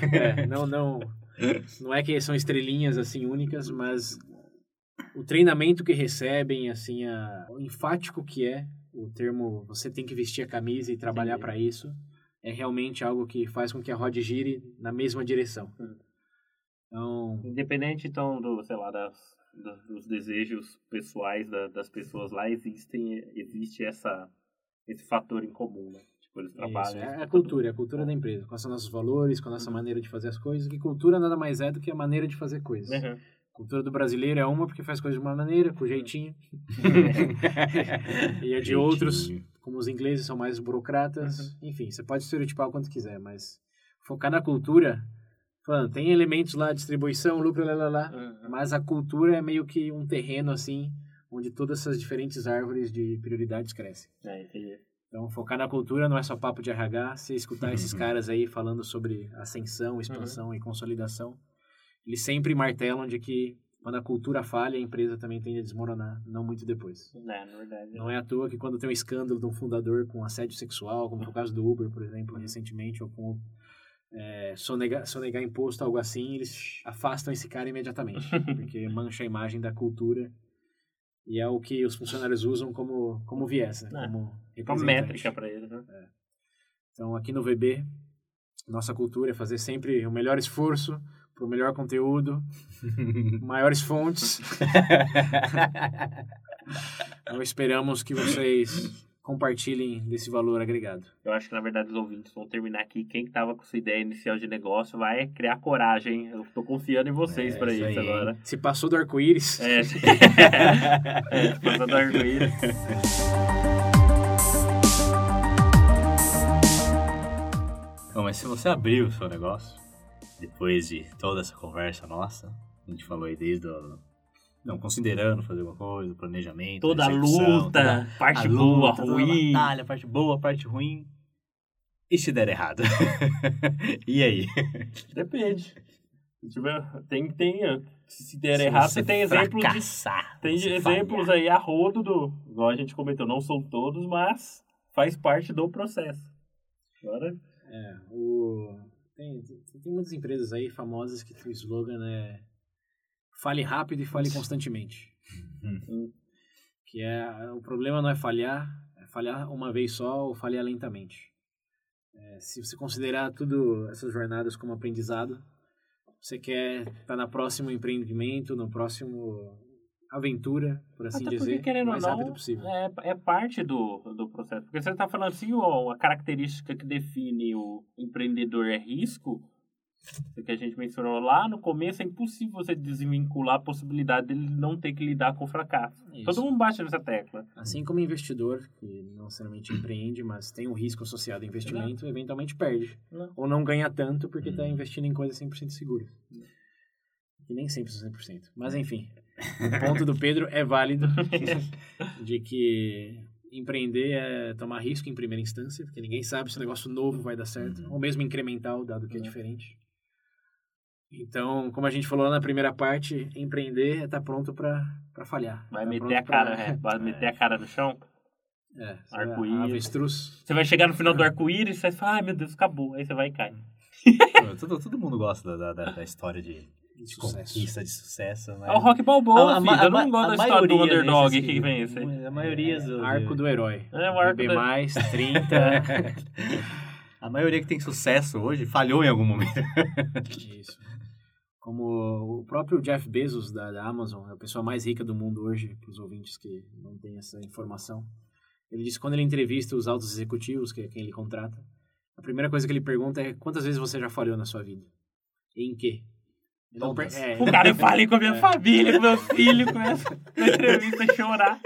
Não é que são estrelinhas, assim, únicas, mas o treinamento que recebem, assim, o enfático que é o termo, você tem que vestir a camisa e trabalhar para isso, é realmente algo que faz com que a roda gire na mesma direção. Então... Independente, então, dos desejos pessoais das pessoas lá, existe esse fator em comum, né? Eles trabalham. É a cultura da empresa, com os nossos valores, com a nossa maneira de fazer as coisas, que cultura nada mais é do que a maneira de fazer coisas. A cultura do brasileiro é uma porque faz coisas de uma maneira, com jeitinho. E a de outros, como os ingleses são mais burocratas, enfim, você pode estereotipar o quanto quiser, mas focar na cultura, falando, tem elementos lá, distribuição, lucro, mas a cultura é meio que um terreno, assim, onde todas essas diferentes árvores de prioridades crescem. Entendi. Então, focar na cultura não é só papo de RH, você escutar esses caras aí falando sobre ascensão, expansão e consolidação, eles sempre martelam de que quando a cultura falha, a empresa também tende a desmoronar, não muito depois. Na verdade. Não é à toa que quando tem um escândalo de um fundador com assédio sexual, como foi o caso do Uber, por exemplo, recentemente, ou com sonegar imposto, algo assim, eles afastam esse cara imediatamente, porque mancha a imagem da cultura. E é o que os funcionários usam como viés, né? Como métrica para eles, né? Então, aqui no VB, nossa cultura é fazer sempre o melhor esforço para o melhor conteúdo, maiores fontes. Então, esperamos que vocês compartilhem desse valor agregado. Eu acho que, na verdade, os ouvintes vão terminar aqui. Quem estava com sua ideia inicial de negócio vai criar coragem. Eu estou confiando em vocês para isso aí, agora. Se passou do arco-íris. Passou do arco-íris. Bom, mas se você abrir o seu negócio, depois de toda essa conversa nossa, a gente falou aí desde considerando fazer alguma coisa, planejamento, toda a luta, parte boa, ruim. Toda a batalha, parte boa, parte ruim. E se der errado? E aí? Depende. Se der errado, você tem exemplos exemplos aí a rodo igual a gente comentou, não são todos, mas faz parte do processo. Agora... Tem muitas empresas aí famosas que o slogan é fale rápido e fale constantemente. Que o problema não é falhar uma vez só ou falhar lentamente. Se você considerar tudo essas jornadas como aprendizado, você quer estar no próximo empreendimento, no próximo aventura, por assim Até dizer, porque, querendo o mais ou não, rápido possível. é parte do processo. Porque você está falando assim, ó, a característica que define o empreendedor é risco, que a gente mencionou lá no começo, é impossível você desvincular a possibilidade dele não ter que lidar com o fracasso. Isso. Todo mundo bate nessa tecla. Assim como investidor, que não necessariamente empreende, mas tem um risco associado ao investimento, eventualmente perde. Ou não ganha tanto porque está investindo em coisas 100% seguras. E nem sempre são 100%. Mas enfim, o ponto do Pedro é válido de que empreender é tomar risco em primeira instância, porque ninguém sabe se o negócio novo vai dar certo, ou mesmo incremental, dado que é diferente. Então, como a gente falou lá na primeira parte, empreender é estar pronto para falhar. Vai Tá meter pronto a cara, vai meter a cara no chão. Arco-íris. Avestruz. Você vai chegar no final do arco-íris e você fala, ai meu Deus, acabou. Aí você vai e cai. Todo mundo gosta da história de Sucesso. conquista, de sucesso. Mas... É o Rock Balboa, A- a- filho. Eu a- não gosto a da história do maioria underdog desses que vem esse. A maioria do... Arco do herói. É, o arco B+, do... 30. A maioria que tem sucesso hoje falhou em algum momento. Isso. Como o próprio Jeff Bezos da Amazon, é a pessoa mais rica do mundo hoje, para os ouvintes que não têm essa informação. Ele disse que quando ele entrevista os altos executivos, que é quem ele contrata, a primeira coisa que ele pergunta é quantas vezes você já falhou na sua vida? E em quê? Então, O cara, eu falei com a minha família, com meus filhos, começa na entrevista a chorar.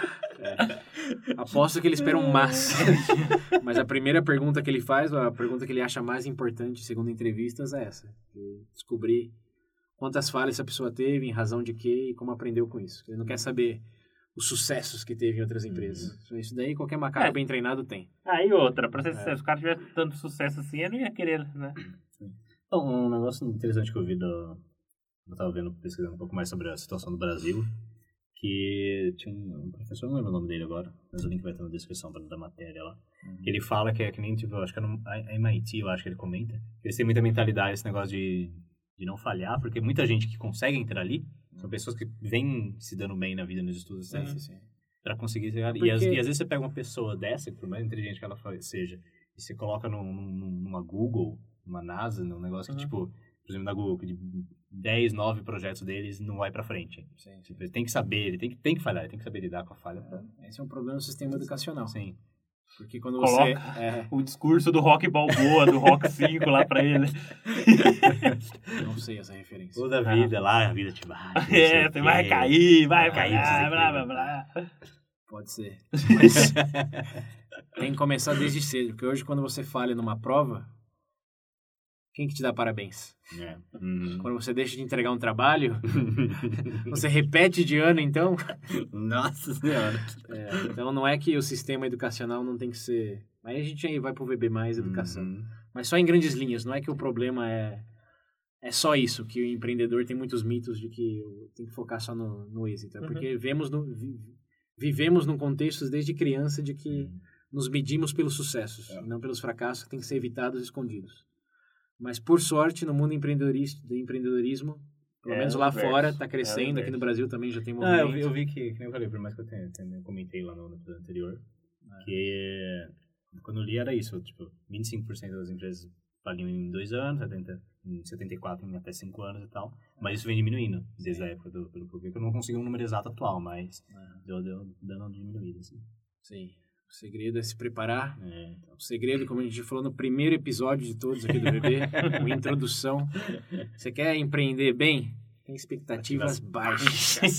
Aposto que ele espera um mas a primeira pergunta que ele faz, a pergunta que ele acha mais importante, segundo entrevistas, é essa. Descobrir quantas falhas essa pessoa teve, em razão de quê e como aprendeu com isso. Ele não quer saber os sucessos que teve em outras empresas. Isso daí qualquer macaco bem treinado tem. Aí outra, pra ser sincero, se o cara tivesse tanto sucesso assim, eu não ia querer, né? Então, um negócio interessante que eu vi eu tava pesquisando um pouco mais sobre a situação do Brasil, que tinha um professor, não lembro o nome dele agora, mas o link vai estar na descrição da matéria lá, que ele fala que é que nem, tipo, acho que é no MIT, eu acho que ele comenta, que eles têm muita mentalidade, esse negócio de não falhar, porque muita gente que consegue entrar ali, são pessoas que vêm se dando bem na vida, nos estudos, pra conseguir chegar. Porque... E às vezes você pega uma pessoa dessa, por mais inteligente que ela seja, e você coloca numa Google, numa NASA, num negócio que, tipo, por exemplo, na Google, que de 10, 9 projetos deles não vai pra frente. Tipo, ele tem que saber, ele tem que falhar, ele tem que saber lidar com a falha. Esse é um problema do sistema educacional. Sim. Porque quando coloca o discurso do Rock Balboa, do Rock 5 lá pra ele. Não sei essa referência. Toda a vida lá, a vida te bate. Você vai cair, vai cair, blá, blá, blá. Pode ser. Mas tem que começar desde cedo, porque hoje quando você falha numa prova, quem que te dá parabéns? Quando você deixa de entregar um trabalho, você repete de ano, então? Nossa Senhora. Então não é que o sistema educacional não tem que ser... Aí a gente aí vai pro VB+, educação. Mas só em grandes linhas, não é que o problema é só isso, que o empreendedor tem muitos mitos de que tem que focar só no êxito. É porque vivemos num contexto desde criança de que nos medimos pelos sucessos, e não pelos fracassos que têm que ser evitados e escondidos. Mas, por sorte, no mundo do empreendedorismo, pelo menos lá fora, está crescendo. Aqui no Brasil também já tem movimento. Eu vi que nem eu falei, por mais que eu comentei lá no episódio anterior, que quando eu li era isso, tipo, 25% das empresas faliam em 2 anos, 74% em até 5 anos e tal, mas isso vem diminuindo desde a época, pelo que eu vi, que eu não consegui um número exato atual, mas deu dando uma diminuída, assim. Sim. O segredo é se preparar. O segredo, como a gente falou no primeiro episódio de todos aqui do BB, uma introdução. Você quer empreender bem? Tem expectativas baixas.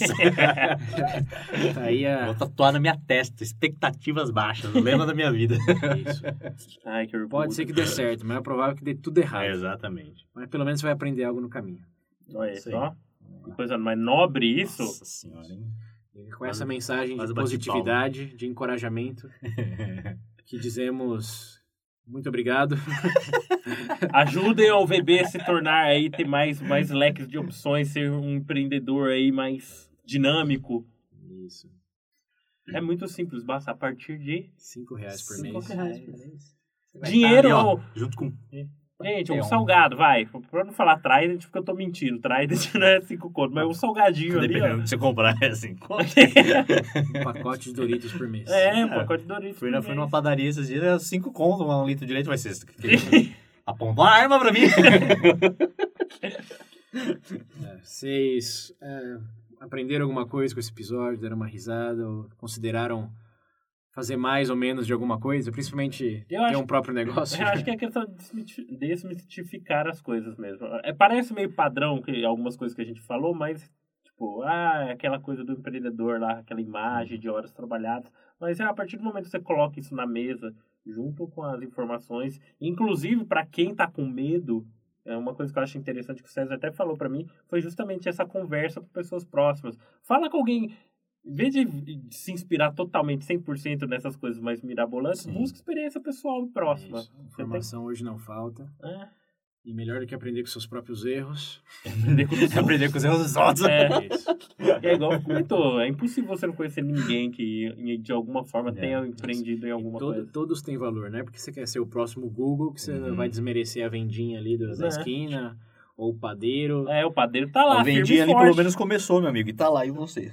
Aí Vou tatuar na minha testa, expectativas baixas, lembra da minha vida. Isso. Ai, que orgulho. Pode ser que dê certo, mas é provável que dê tudo errado. Exatamente. Mas pelo menos você vai aprender algo no caminho. Olha só. Que coisa mais nobre isso. Nossa Senhora, hein? Com essa mensagem de positividade, de encorajamento, que dizemos muito obrigado. Ajudem ao VB se tornar aí, ter mais leques de opções, ser um empreendedor aí mais dinâmico. Isso. É muito simples, basta a partir de R$5 por mês. R$5 por mês. Dinheiro, ali, junto com... Gente, um salgado, vai. Pra não falar Trident, porque eu tô mentindo. Trident não é 5 conto, mas um salgadinho ali, dependendo ó. do que você comprar, é 5 conto. Um pacote de Doritos por mês. Um pacote de Doritos Fui numa padaria esses dias, era 5 conto, 1 litro de leite, vai ser... Aponta uma arma pra mim. aprenderam alguma coisa com esse episódio, deram uma risada, ou consideraram fazer mais ou menos de alguma coisa, principalmente ter um próprio negócio. Eu acho que é questão de desmistificar as coisas mesmo. Parece meio padrão que algumas coisas que a gente falou, mas, tipo, aquela coisa do empreendedor lá, aquela imagem de horas trabalhadas. Mas a partir do momento que você coloca isso na mesa, junto com as informações, inclusive para quem tá com medo, uma coisa que eu acho interessante que o César até falou para mim, foi justamente essa conversa com pessoas próximas. Fala com alguém. Em vez de se inspirar totalmente, 100% nessas coisas mais mirabolantes, busca experiência pessoal próxima. Informação hoje não falta. E melhor do que aprender com seus próprios erros. Aprender com os erros dos outros. É igual comentou, é impossível você não conhecer ninguém que de alguma forma tenha empreendido em alguma coisa. Todos têm valor, né? Porque você quer ser o próximo Google, que você vai desmerecer a vendinha ali da esquina... Ou o padeiro. O padeiro tá lá, a vendinha ali pelo menos começou, meu amigo, e tá lá, e você?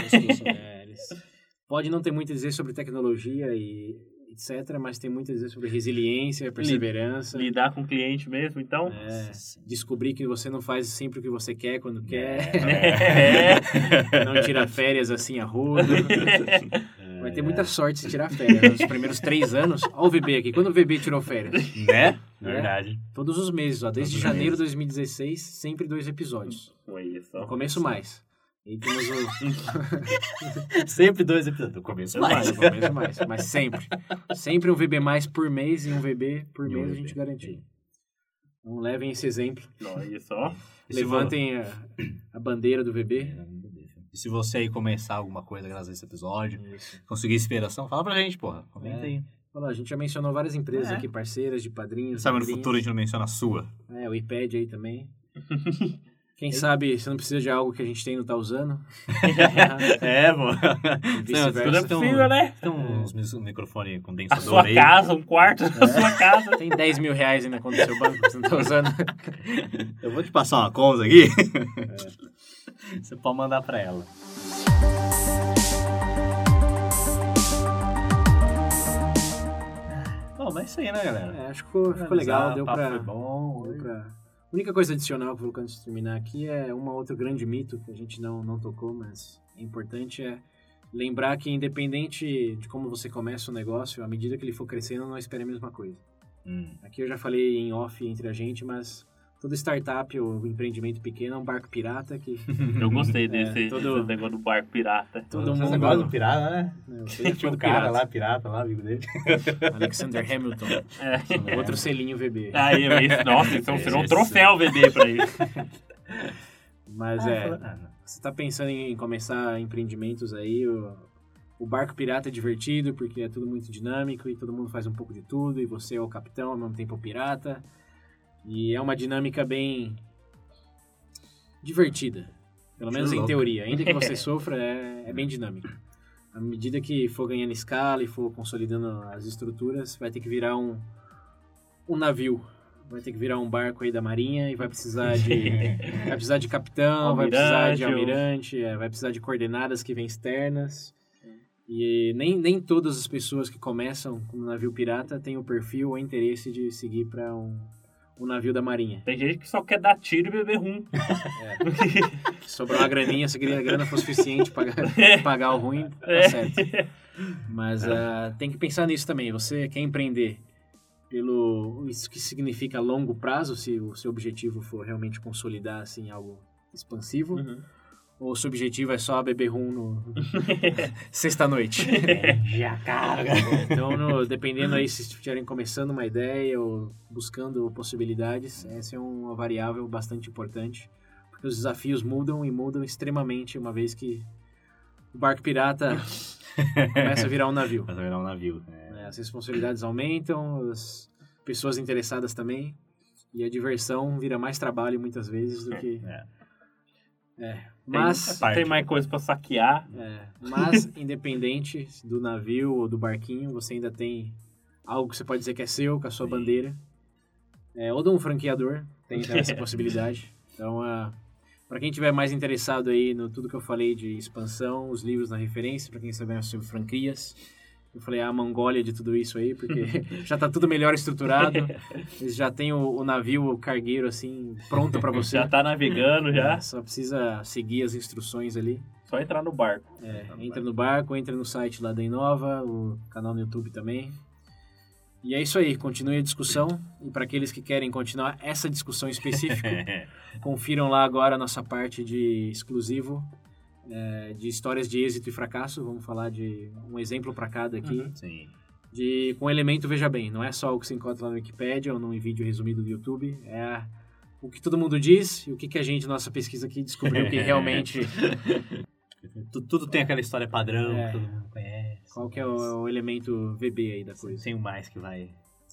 Pode não ter muito a dizer sobre tecnologia e etc, mas tem muito a dizer sobre resiliência, perseverança. Lidar com o cliente mesmo, então. Descobrir que você não faz sempre o que você quer, quando quer. Não tira férias assim a rodo. Vai ter muita sorte se tirar férias. Nos primeiros 3 anos, olha o VB aqui. Quando o VB tirou férias? Né? Verdade. Todos os meses, desde janeiro de 2016, sempre 2 episódios. Foi isso. No começo mais. E temos sempre 2 episódios. No começo mais. Mas sempre. Sempre um VB mais por mês e um VB por mês a gente garantiu. Então levem esse exemplo. Olha só. Levantem a bandeira do VB. E se você aí começar alguma coisa graças a esse episódio, conseguir inspiração, fala pra gente, porra. Comenta aí. A gente já mencionou várias empresas aqui, parceiras, de padrinhos. Sabe, no futuro a gente não menciona a sua. O iPad aí também. Quem sabe você não precisa de algo que a gente tem e não tá usando. Tudo é possível, né? Tem uns microfones condensador a sua aí. Casa, um quarto da sua casa. Tem 10 mil reais aí na conta do seu banco que você não tá usando. Eu vou te passar uma conta aqui. Você pode mandar pra ela. Bom, mas é isso aí, né, galera? Acho que ficou legal, deu pra... Foi bom. A única coisa adicional que eu vou antes de terminar aqui é outro grande mito que a gente não tocou, mas é importante, lembrar que independente de como você começa o negócio, à medida que ele for crescendo, não espere a mesma coisa. Aqui eu já falei em off entre a gente, mas toda startup ou empreendimento pequeno é um barco pirata que... Eu gostei desse negócio do barco pirata. Todo mundo gosta do pirata, né? Tinha um cara lá, pirata lá, amigo dele. Alexander Hamilton. Outro selinho VB. Nossa, então será um troféu VB pra ele. Mas você tá pensando em começar empreendimentos aí, o barco pirata é divertido porque é tudo muito dinâmico e todo mundo faz um pouco de tudo e você é o capitão, ao mesmo tempo o pirata. E é uma dinâmica bem divertida, pelo menos em teoria. Ainda que você sofra, é bem dinâmico. À medida que for ganhando escala e for consolidando as estruturas, vai ter que virar um navio. Vai ter que virar um barco aí da marinha e vai precisar de capitão, vai precisar de almirante, vai precisar de coordenadas que vêm externas. E nem todas as pessoas que começam no navio pirata têm o perfil ou interesse de seguir para um navio da marinha. Tem gente que só quer dar tiro e beber rum. Sobrou uma graninha, se a grana for suficiente para pagar o ruim, tá certo. Mas tem que pensar nisso também. Você quer empreender pelo isso que significa longo prazo, se o seu objetivo for realmente consolidar assim, algo expansivo, ou o seu objetivo é só beber rum no sexta-noite. Então, dependendo aí se estiverem começando uma ideia ou buscando possibilidades, essa é uma variável bastante importante, porque os desafios mudam e mudam extremamente uma vez que o barco pirata começa a virar um navio. Começa a virar um navio. As responsabilidades aumentam, as pessoas interessadas também, e a diversão vira mais trabalho muitas vezes do que... Mas tem mais coisa para saquear. Mas, independente do navio ou do barquinho, você ainda tem algo que você pode dizer que é seu, com a sua bandeira. Ou de um franqueador, tem essa possibilidade. Então, para quem estiver mais interessado aí no tudo que eu falei de expansão, os livros na referência, para quem saber sobre franquias, Eu falei, a Mongólia de tudo isso aí, porque já tá tudo melhor estruturado. Eles já tem o navio, o cargueiro, assim, pronto para você. Já tá navegando, já. Só precisa seguir as instruções ali. Só entrar no barco. Entra no barco, entra no site lá da Inova, o canal no YouTube também. E é isso aí, continue a discussão. E para aqueles que querem continuar essa discussão específica, confiram lá agora a nossa parte de exclusivo, de histórias de êxito e fracasso. Vamos falar de um exemplo para cada aqui. Sim. Com elemento, veja bem, não é só o que se encontra lá no Wikipedia ou num vídeo resumido do YouTube, é o que todo mundo diz e o que a gente, nossa pesquisa aqui, descobriu que realmente... Tudo tem aquela história padrão que todo mundo conhece. Qual que é o elemento VB aí da coisa? Tem um mais que vai...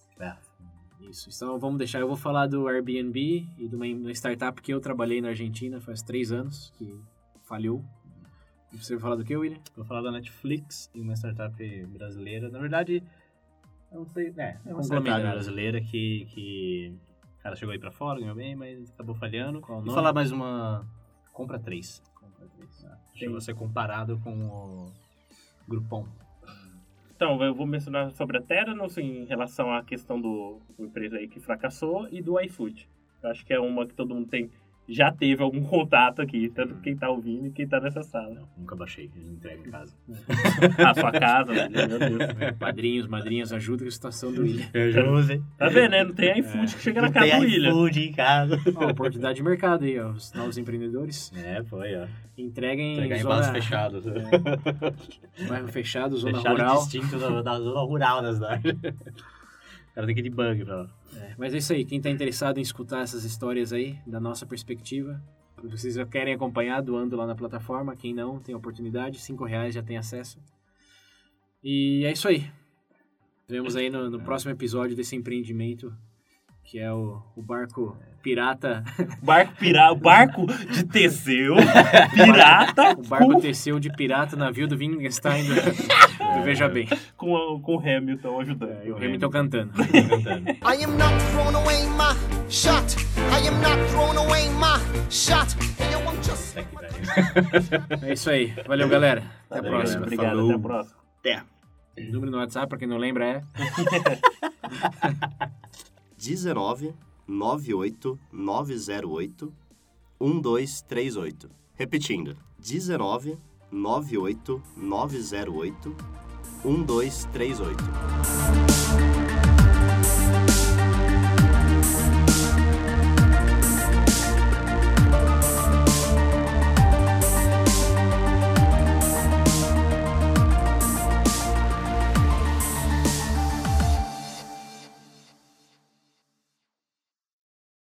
Isso, então vamos deixar. Eu vou falar do Airbnb e de uma startup que eu trabalhei na Argentina faz 3 anos, que falhou. E você vai falar do que, William? Vou falar da Netflix e uma startup brasileira. Na verdade, eu não sei... É uma startup brasileira que... O cara chegou aí pra fora, ganhou bem, mas acabou falhando. Qual o E nome? falar mais uma... Compra 3. Chegou a ser comparado com o Groupon. Então, eu vou mencionar sobre a Theranos em relação à questão do empresa aí que fracassou e do iFood. Eu acho que é uma que todo mundo já teve algum contato aqui, tanto quem tá ouvindo e quem tá nessa sala. Não, nunca baixei, eles entregam em casa. A sua casa, velho, meu Deus. Padrinhos, madrinhas, ajuda a situação do William. Tá vendo, né? Não tem iFood que chega na casa do William. iFood em casa. Oportunidade de mercado aí, ó. Os novos empreendedores. Foi, ó. Entreguem Entregar em zona... bairros fechados. Bairro fechado, zona Fechado rural. distinto da zona rural da cidade. O cara tem que ir de bug pra lá. Mas é isso aí, quem tá interessado em escutar essas histórias aí, da nossa perspectiva, vocês já querem acompanhar, doando lá na plataforma, quem não, tem oportunidade, R$5 já tem acesso. E é isso aí. Nos vemos aí no próximo episódio desse empreendimento, que é o barco pirata. O barco de Teseu, pirata. O barco Teseu de pirata, navio do Wittgenstein do Veja Bem. Com o Hamilton ajudando. E o Hamilton cantando. I am not throwing away my shot. I am not throwing away my shot. Hey, yo, I'm just... É isso aí. Valeu, galera. Até a Valeu, próxima. obrigado, Falou. até a próxima. Até. O número no WhatsApp, pra quem não lembra, é... 19 98 908 1238. Repetindo, 19 98 908 1238.